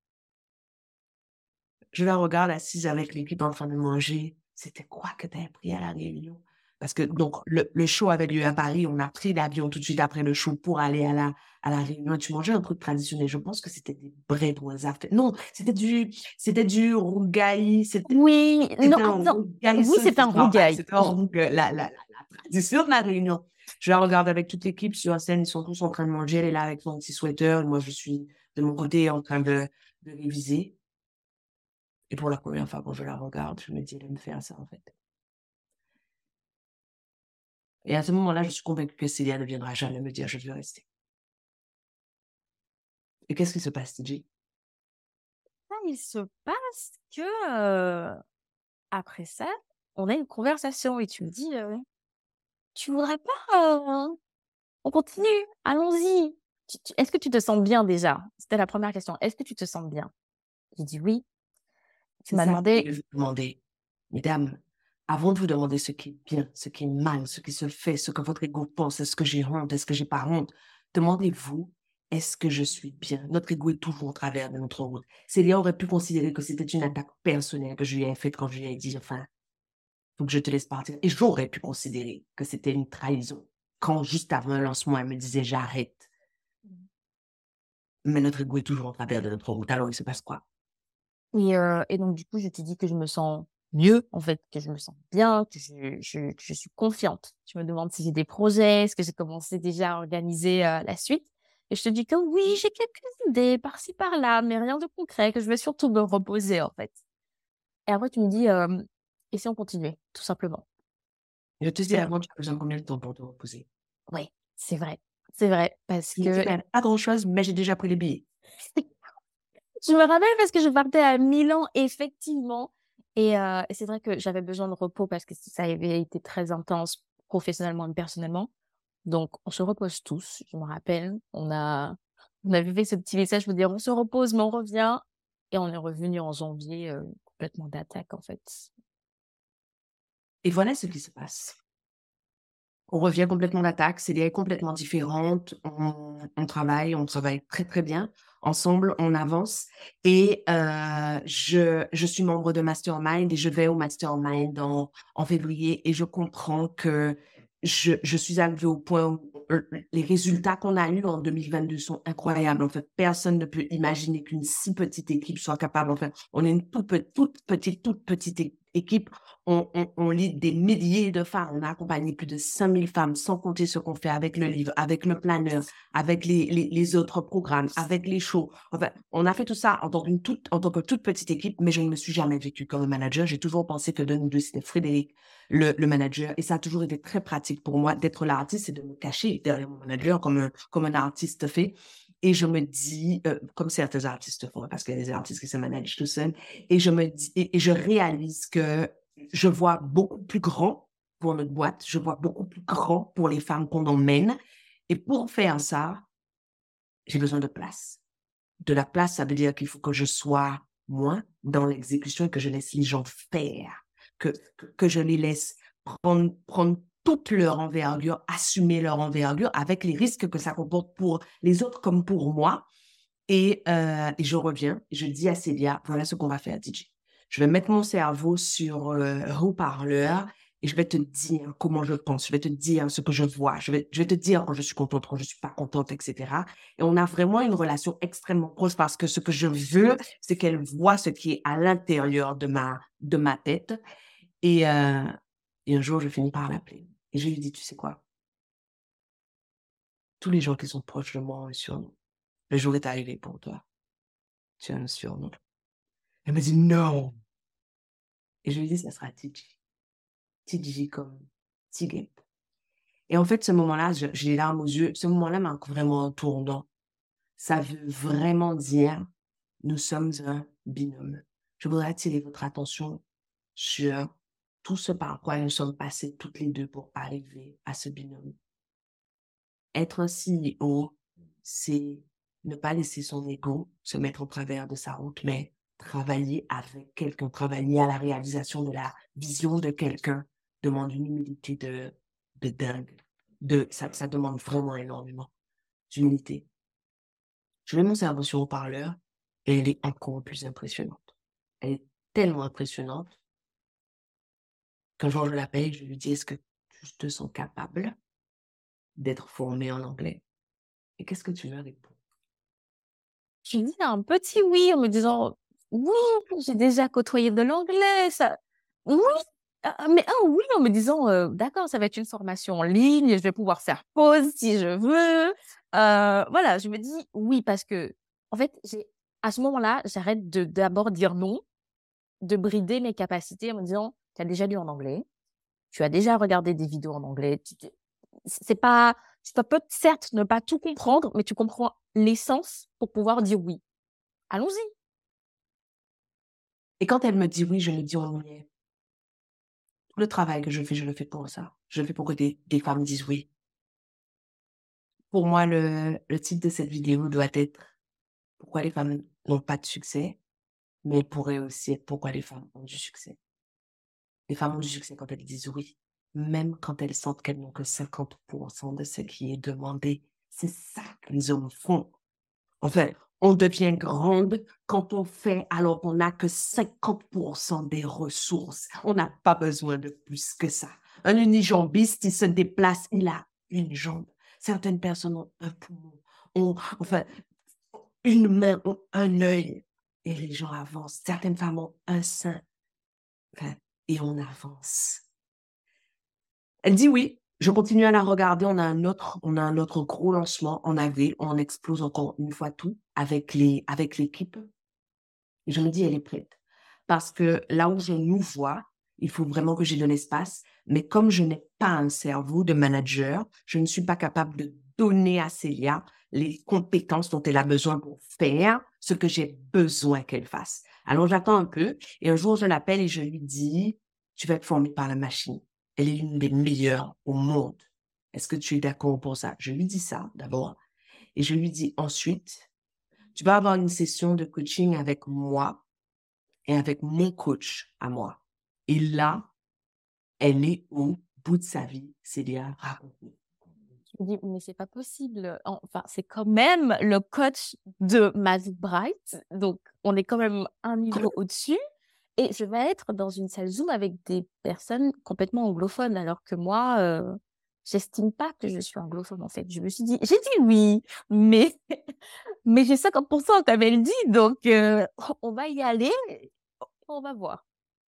Je la regarde assise avec l'équipe en train de manger. C'était quoi que tu as appris à la réunion? Parce que donc le show avait lieu à Paris. On a pris l'avion tout de suite après le show pour aller à la réunion. Tu mangeais un truc traditionnel. Je pense que c'était des breadwurst. Non, c'était du rougail. Oui, non, oui, c'est un rougail. C'était un rougail, la tradition de la réunion. Je la regarde avec toute l'équipe sur scène. Ils sont tous en train de manger. Elle est là avec son petit sweater. Moi, je suis de mon côté en train de réviser. Et pour la première fois, quand je la regarde, je me dis, elle aime faire ça, en fait. Et à ce moment-là, je suis convaincue que Célia ne viendra jamais me dire, je veux rester. Et qu'est-ce qui se passe, TJ? Il se passe que, après ça, on a une conversation et tu me dis, tu voudrais pas, on continue, allons-y. Est-ce que tu te sens bien déjà? C'était la première question. Est-ce que tu te sens bien? J'ai dit oui. Tu m'as demandé. Je vais vous demander, mesdames, avant de vous demander ce qui est bien, ce qui est mal, ce qui se fait, ce que votre ego pense, est-ce que j'ai honte, est-ce que j'ai pas honte, demandez-vous, est-ce que je suis bien? Notre ego est toujours au travers de notre route. Célia aurait pu considérer que c'était une attaque personnelle que je lui ai faite quand je lui ai dit, enfin, faut que je te laisse partir. Et j'aurais pu considérer que c'était une trahison quand juste avant un lancement, elle me disait, j'arrête. Mais notre ego est toujours au travers de notre route. Alors, il se passe quoi? Et donc, du coup, je te dis que je me sens mieux, en fait, que je me sens bien, que je suis confiante. Tu me demandes si j'ai des projets, est-ce que j'ai commencé déjà à organiser la suite. Et je te dis que oui, j'ai quelques idées par-ci, par-là, mais rien de concret, que je vais surtout me reposer, en fait. Et après, tu me dis, et si on continuait, tout simplement. Je te dis avant, tu as besoin de combien de temps pour te reposer? Oui, c'est vrai, parce Tu me dis que ben, pas grand-chose, mais j'ai déjà pris les billets. je me rappelle parce que je partais à Milan, effectivement, et c'est vrai que j'avais besoin de repos parce que ça avait été très intense professionnellement et personnellement. Donc, on se repose tous, je me rappelle. On avait fait ce petit message pour dire: «On se repose, mais on revient», et on est revenu en janvier, complètement d'attaque, en fait. Et voilà ce qui se passe. On revient complètement d'attaque, c'est des idées complètement différentes. On travaille très, très bien. Ensemble, on avance et je suis membre de Mastermind et je vais au Mastermind en février et je comprends que je suis arrivée au point où les résultats qu'on a eus en 2022 sont incroyables. En fait, personne ne peut imaginer qu'une si petite équipe soit capable. En fait, on est une toute petite équipe. On lead des milliers de femmes. On a accompagné plus de 5000 femmes, sans compter ce qu'on fait avec le livre, avec le planner, avec les autres programmes, avec les shows. Enfin, on a fait tout ça en tant que toute petite équipe, mais je ne me suis jamais vécue comme un manager. J'ai toujours pensé que de nous deux, c'était Frédéric, le manager. Et ça a toujours été très pratique pour moi d'être l'artiste et de me cacher derrière mon manager comme un artiste fait. Et je me dis, comme certains artistes font, parce qu'il y a des artistes qui se managent tout seuls, et je me dis, et je réalise que je vois beaucoup plus grand pour notre boîte, je vois beaucoup plus grand pour les femmes qu'on emmène. Et pour faire ça, j'ai besoin de place. De la place, ça veut dire qu'il faut que je sois moi dans l'exécution et que je laisse les gens faire, que je les laisse prendre toute leur envergure, assumer leur envergure avec les risques que ça comporte pour les autres comme pour moi. Et je reviens, je dis à Célia, voilà ce qu'on va faire, DJ. Je vais mettre mon cerveau sur haut-parleur et je vais te dire comment je pense, je vais te dire ce que je vois, je vais te dire quand je suis contente, quand je suis pas contente, etc. Et on a vraiment une relation extrêmement proche parce que ce que je veux, c'est qu'elle voit ce qui est à l'intérieur de ma tête. Et un jour, je finis par l'appeler. Et je lui dis, tu sais quoi? Tous les gens qui sont proches de moi ont un surnom. Le jour est arrivé pour toi. Tu as un surnom. Elle me dit non. Et je lui dis, ça sera TJ. TJ comme Tigep. Et en fait, ce moment-là, j'ai les larmes aux yeux. Ce moment-là marque vraiment un tournant. Ça veut vraiment dire, nous sommes un binôme. Je voudrais attirer votre attention sur tout ce par quoi nous sommes passés toutes les deux pour arriver à ce binôme. Être un CEO, c'est ne pas laisser son ego se mettre au travers de sa route, mais travailler avec quelqu'un, travailler à la réalisation de la vision de quelqu'un demande une humilité de dingue. Ça demande vraiment énormément d'humilité. Je mets mon cerveau sur haut-parleur et elle est encore plus impressionnante. Elle est tellement impressionnante qu'un jour je l'appelle et je lui dis, est-ce que tu te sens capable d'être formé en anglais? Et qu'est-ce que tu me réponds? Je lui dis un petit oui en me disant: «Oui, j'ai déjà côtoyé de l'anglais, ça oui, mais un oui en me disant, d'accord, ça va être une formation en ligne, je vais pouvoir faire pause si je veux». Voilà, je me dis: «Oui» parce qu'en fait, à ce moment-là, j'arrête de d'abord dire non, de brider mes capacités en me disant: «Tu as déjà lu en anglais, tu as déjà regardé des vidéos en anglais, c'est pas tu peux certes ne pas tout comprendre, mais tu comprends l'essence pour pouvoir dire oui. Allons-y». Et quand elle me dit oui, je me dis on y est. Tout le travail que je le fais pour ça. Je le fais pour que des femmes disent oui. Pour moi, le titre de cette vidéo doit être pourquoi les femmes n'ont pas de succès, mais il pourrait aussi être pourquoi les femmes ont du succès. Les femmes ont du succès quand elles disent oui, même quand elles sentent qu'elles n'ont que 50% de ce qui est demandé. C'est ça que les hommes font. Enfin, on devient grande quand on fait alors qu'on n'a que 50% des ressources. On n'a pas besoin de plus que ça. Un unijambiste, il se déplace, il a une jambe. Certaines personnes ont un poumon, enfin, une main, ont un œil, et les gens avancent. Certaines femmes ont un sein, enfin, et on avance. Elle dit oui. Je continue à la regarder. On a un autre gros lancement en avril. On explose encore une fois tout avec l'équipe. Et je me dis, elle est prête. Parce que là où je nous vois, il faut vraiment que j'ai de l'espace. Mais comme je n'ai pas un cerveau de manager, je ne suis pas capable de donner à Célia les compétences dont elle a besoin pour faire ce que j'ai besoin qu'elle fasse. Alors, j'attends un peu et un jour, je l'appelle et je lui dis, tu vas être formée par la machine. Elle est l'une des meilleures au monde. Est-ce que tu es d'accord pour ça? Je lui dis ça d'abord et je lui dis ensuite, tu vas avoir une session de coaching avec moi et avec mon coach à moi. Et là, elle est au bout de sa vie. Célia, raconte-nous. Je me dis, mais c'est pas possible. Enfin, c'est quand même le coach de Mavic Bright. Donc, on est quand même un niveau au-dessus. Et je vais être dans une salle Zoom avec des personnes complètement anglophones, alors que moi, j'estime pas que je suis anglophone, en fait. Je me suis dit, j'ai dit oui, mais, mais j'ai 50%, comme elle dit. Donc, on va y aller. On va voir.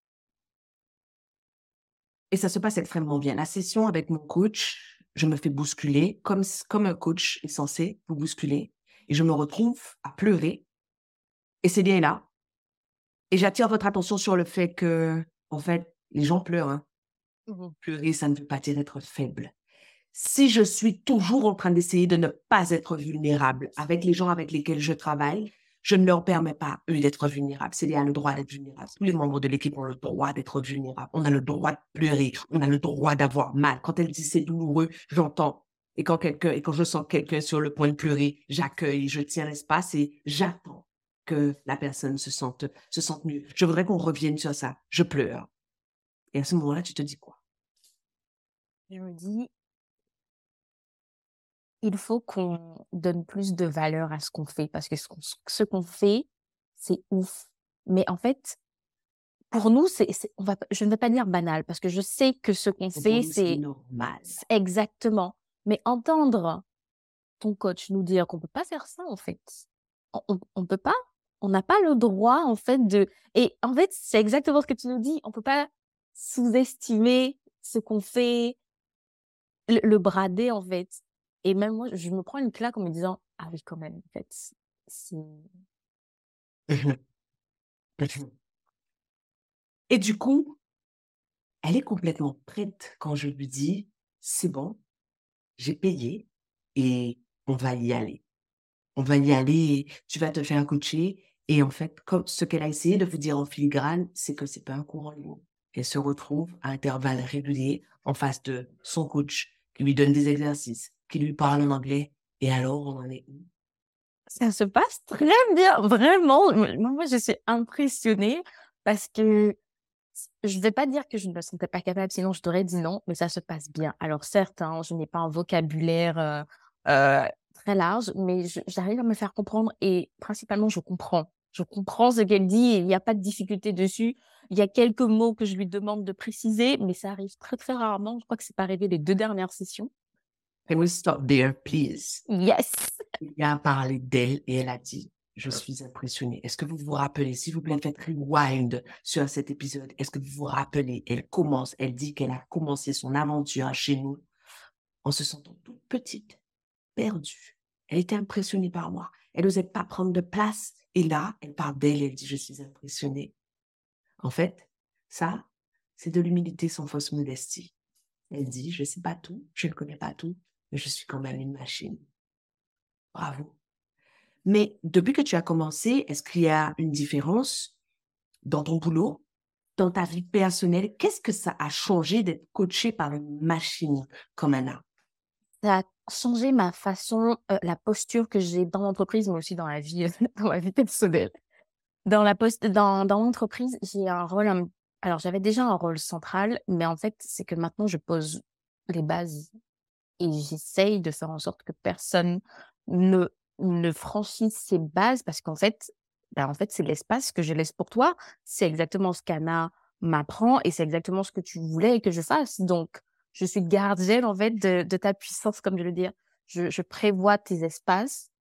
Et ça se passe extrêmement bien. La session avec mon coach, je me fais bousculer comme un coach est censé vous bousculer. Et je me retrouve à pleurer. Et Célia est là. Et j'attire votre attention sur le fait que, en fait, les gens pleurent. Hein. Pleurer, ça ne veut pas dire être faible. Si je suis toujours en train d'essayer de ne pas être vulnérable avec les gens avec lesquels je travaille, je ne leur permets pas, eux, d'être vulnérables. Célia a le droit d'être vulnérable. Tous les membres de l'équipe ont le droit d'être vulnérables. On a le droit de pleurer. On a le droit d'avoir mal. Quand elle dit c'est douloureux, j'entends. Et quand je sens quelqu'un sur le point de pleurer, j'accueille, je tiens l'espace et j'attends que la personne se sente mieux. Je voudrais qu'on revienne sur ça. Je pleure. Et à ce moment-là, tu te dis quoi? Je me dis, il faut qu'on donne plus de valeur à ce qu'on fait parce que ce qu'on fait, c'est ouf. Mais en fait, pour nous, je ne vais pas dire banal parce que je sais que ce qu'on fait, C'est normal. c'est exactement. Mais entendre ton coach nous dire qu'on peut pas faire ça, en fait. On peut pas. On n'a pas le droit, en fait, et en fait, c'est exactement ce que tu nous dis. On peut pas sous-estimer ce qu'on fait, le brader, en fait. Et même moi, je me prends une claque en me disant, ah oui, quand même, en fait, c'est... Et du coup, elle est complètement prête quand je lui dis, c'est bon, j'ai payé et on va y aller. On va y aller, tu vas te faire coacher. Et en fait, comme ce qu'elle a essayé de vous dire en filigrane, c'est que c'est pas un cours en ligne. Elle se retrouve à intervalles réguliers en face de son coach qui lui donne des exercices, qui lui parle en anglais. Et alors, on en est où? Ça se passe très bien, vraiment. Moi, je suis impressionnée parce que je ne vais pas dire que je ne me sentais pas capable, sinon je t'aurais dit non, mais ça se passe bien. Alors certes, hein, je n'ai pas un vocabulaire très large, mais j'arrive à me faire comprendre et principalement, je comprends. Je comprends ce qu'elle dit et il n'y a pas de difficulté dessus. Il y a quelques mots que je lui demande de préciser, mais ça arrive très, très rarement. Je crois que c'est pas arrivé les 2 dernières sessions. Can we stop there, please? Yes! Il a parlé d'elle et elle a dit, je suis impressionnée. Est-ce que vous vous rappelez, s'il vous plaît, faites rewind sur cet épisode. Est-ce que vous vous rappelez, elle dit qu'elle a commencé son aventure chez nous en se sentant toute petite, perdue. Elle était impressionnée par moi. Elle n'osait pas prendre de place. Et là, elle parle d'elle, elle dit, je suis impressionnée. En fait, ça, c'est de l'humilité sans fausse modestie. Elle dit, je ne sais pas tout, je ne connais pas tout, mais je suis quand même une machine. Bravo. Mais depuis que tu as commencé, est-ce qu'il y a une différence dans ton boulot, dans ta vie personnelle? Qu'est-ce que ça a changé d'être coaché par une machine comme Anna? Ça a changé ma façon, la posture que j'ai dans l'entreprise, mais aussi dans la vie, dans ma vie personnelle. Dans l'entreprise, j'ai un rôle, alors j'avais déjà un rôle central, mais en fait, c'est que maintenant je pose les bases et j'essaye de faire en sorte que personne ne franchisse ces bases parce qu'en fait, en fait, c'est l'espace que je laisse pour toi. C'est exactement ce qu'Anna m'apprend et c'est exactement ce que tu voulais que je fasse. Donc, je suis gardienne, en fait, de ta puissance, comme je le dis. Je prévois tes espaces,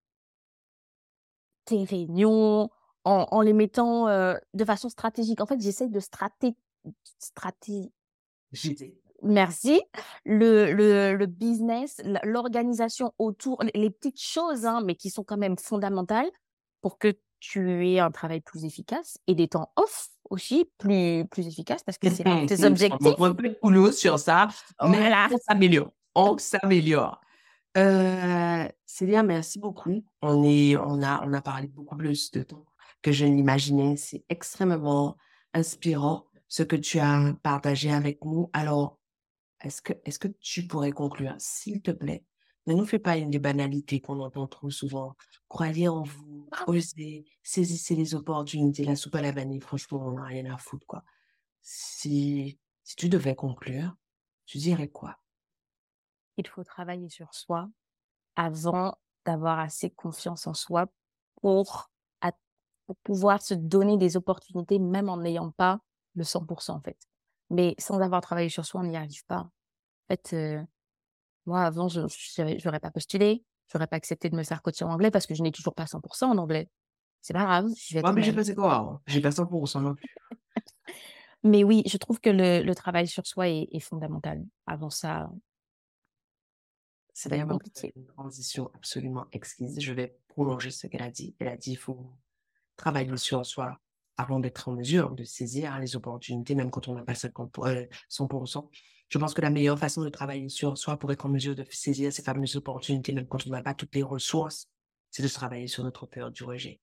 tes réunions, en les mettant de façon stratégique. En fait, j'essaie de straté... J'étais. Merci. Le business, l'organisation autour, les petites choses, hein, mais qui sont quand même fondamentales pour que tu aies un travail plus efficace et des temps off aussi plus efficaces parce que c'est l'un de tes objectifs. On peut être coulot sur ça, mais Voilà. on s'améliore. Célia, merci beaucoup. On a parlé beaucoup plus de temps que je n'imaginais. C'est extrêmement inspirant ce que tu as partagé avec nous. Alors, est-ce que tu pourrais conclure, s'il te plaît? Ne nous fais pas une des banalités qu'on entend trop souvent. Croyez en vous, osez, saisissez les opportunités, la soupe à la vanille, franchement, on n'a rien à foutre, quoi. Si tu devais conclure, tu dirais quoi? Il faut travailler sur soi avant d'avoir assez confiance en soi pour pouvoir se donner des opportunités, même en n'ayant pas le 100% en fait. Mais sans avoir travaillé sur soi, on n'y arrive pas. En fait, moi, avant, j'aurais pas postulé, j'aurais pas accepté de me faire coacher en anglais parce que je n'ai toujours pas 100% en anglais. C'est pas grave, je vais Moi, être mais j'ai humaine. passé quoi? J'ai pas 100% non plus. Mais oui, je trouve que le travail sur soi est fondamental. Avant ça, C'est ça va être vraiment compliqué. une transition absolument exquise. Je vais prolonger ce qu'elle a dit. Elle a dit, il faut travailler sur soi avant d'être en mesure de saisir les opportunités, même quand on n'a pas 100%. Je pense que la meilleure façon de travailler sur soi pour être en mesure de saisir ces fameuses opportunités, même quand on n'a pas toutes les ressources, c'est de travailler sur notre peur du rejet.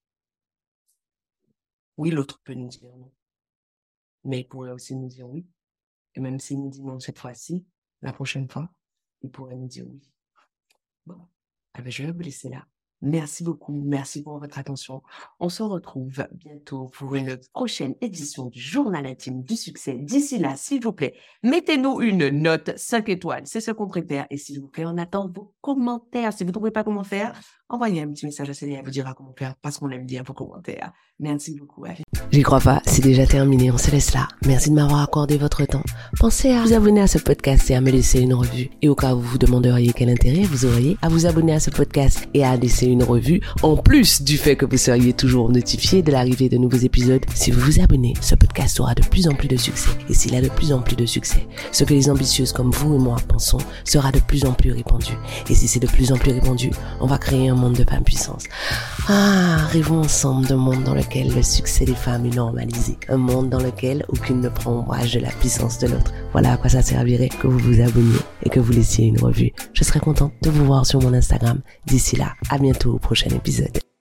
Oui, l'autre peut nous dire non, mais il pourrait aussi nous dire oui. Et même s'il nous dit non cette fois-ci, la prochaine fois, il pourrait nous dire oui. Bon, je vais vous laisser là. Merci beaucoup, merci pour votre attention. On se retrouve bientôt pour une prochaine édition du Journal intime du succès. D'ici là, s'il vous plaît, mettez-nous une note 5 étoiles, c'est ce qu'on préfère. Et s'il vous plaît, on attend vos commentaires. Si vous ne trouvez pas comment faire, envoyez un petit message à Célia, elle vous dira comment faire parce qu'on aime bien vos commentaires. Merci beaucoup. J'y crois pas, c'est déjà terminé, on se laisse là. Merci de m'avoir accordé votre temps. Pensez à vous abonner à ce podcast et à me laisser une revue. Et au cas où vous vous demanderiez quel intérêt vous auriez à vous abonner à ce podcast et à laisser une revue, en plus du fait que vous seriez toujours notifié de l'arrivée de nouveaux épisodes, si vous vous abonnez, ce podcast aura de plus en plus de succès. Et s'il a de plus en plus de succès, ce que les ambitieuses comme vous et moi pensons sera de plus en plus répandu. Et si c'est de plus en plus répandu, on va créer un monde de femmes puissantes. Rêvons ensemble d'un monde dans lequel le succès des femmes est normalisé. Un monde dans lequel aucune ne prend ombrage de la puissance de l'autre. Voilà à quoi ça servirait que vous vous abonniez et que vous laissiez une revue. Je serai contente de vous voir sur mon Instagram. D'ici là, à bientôt au prochain épisode.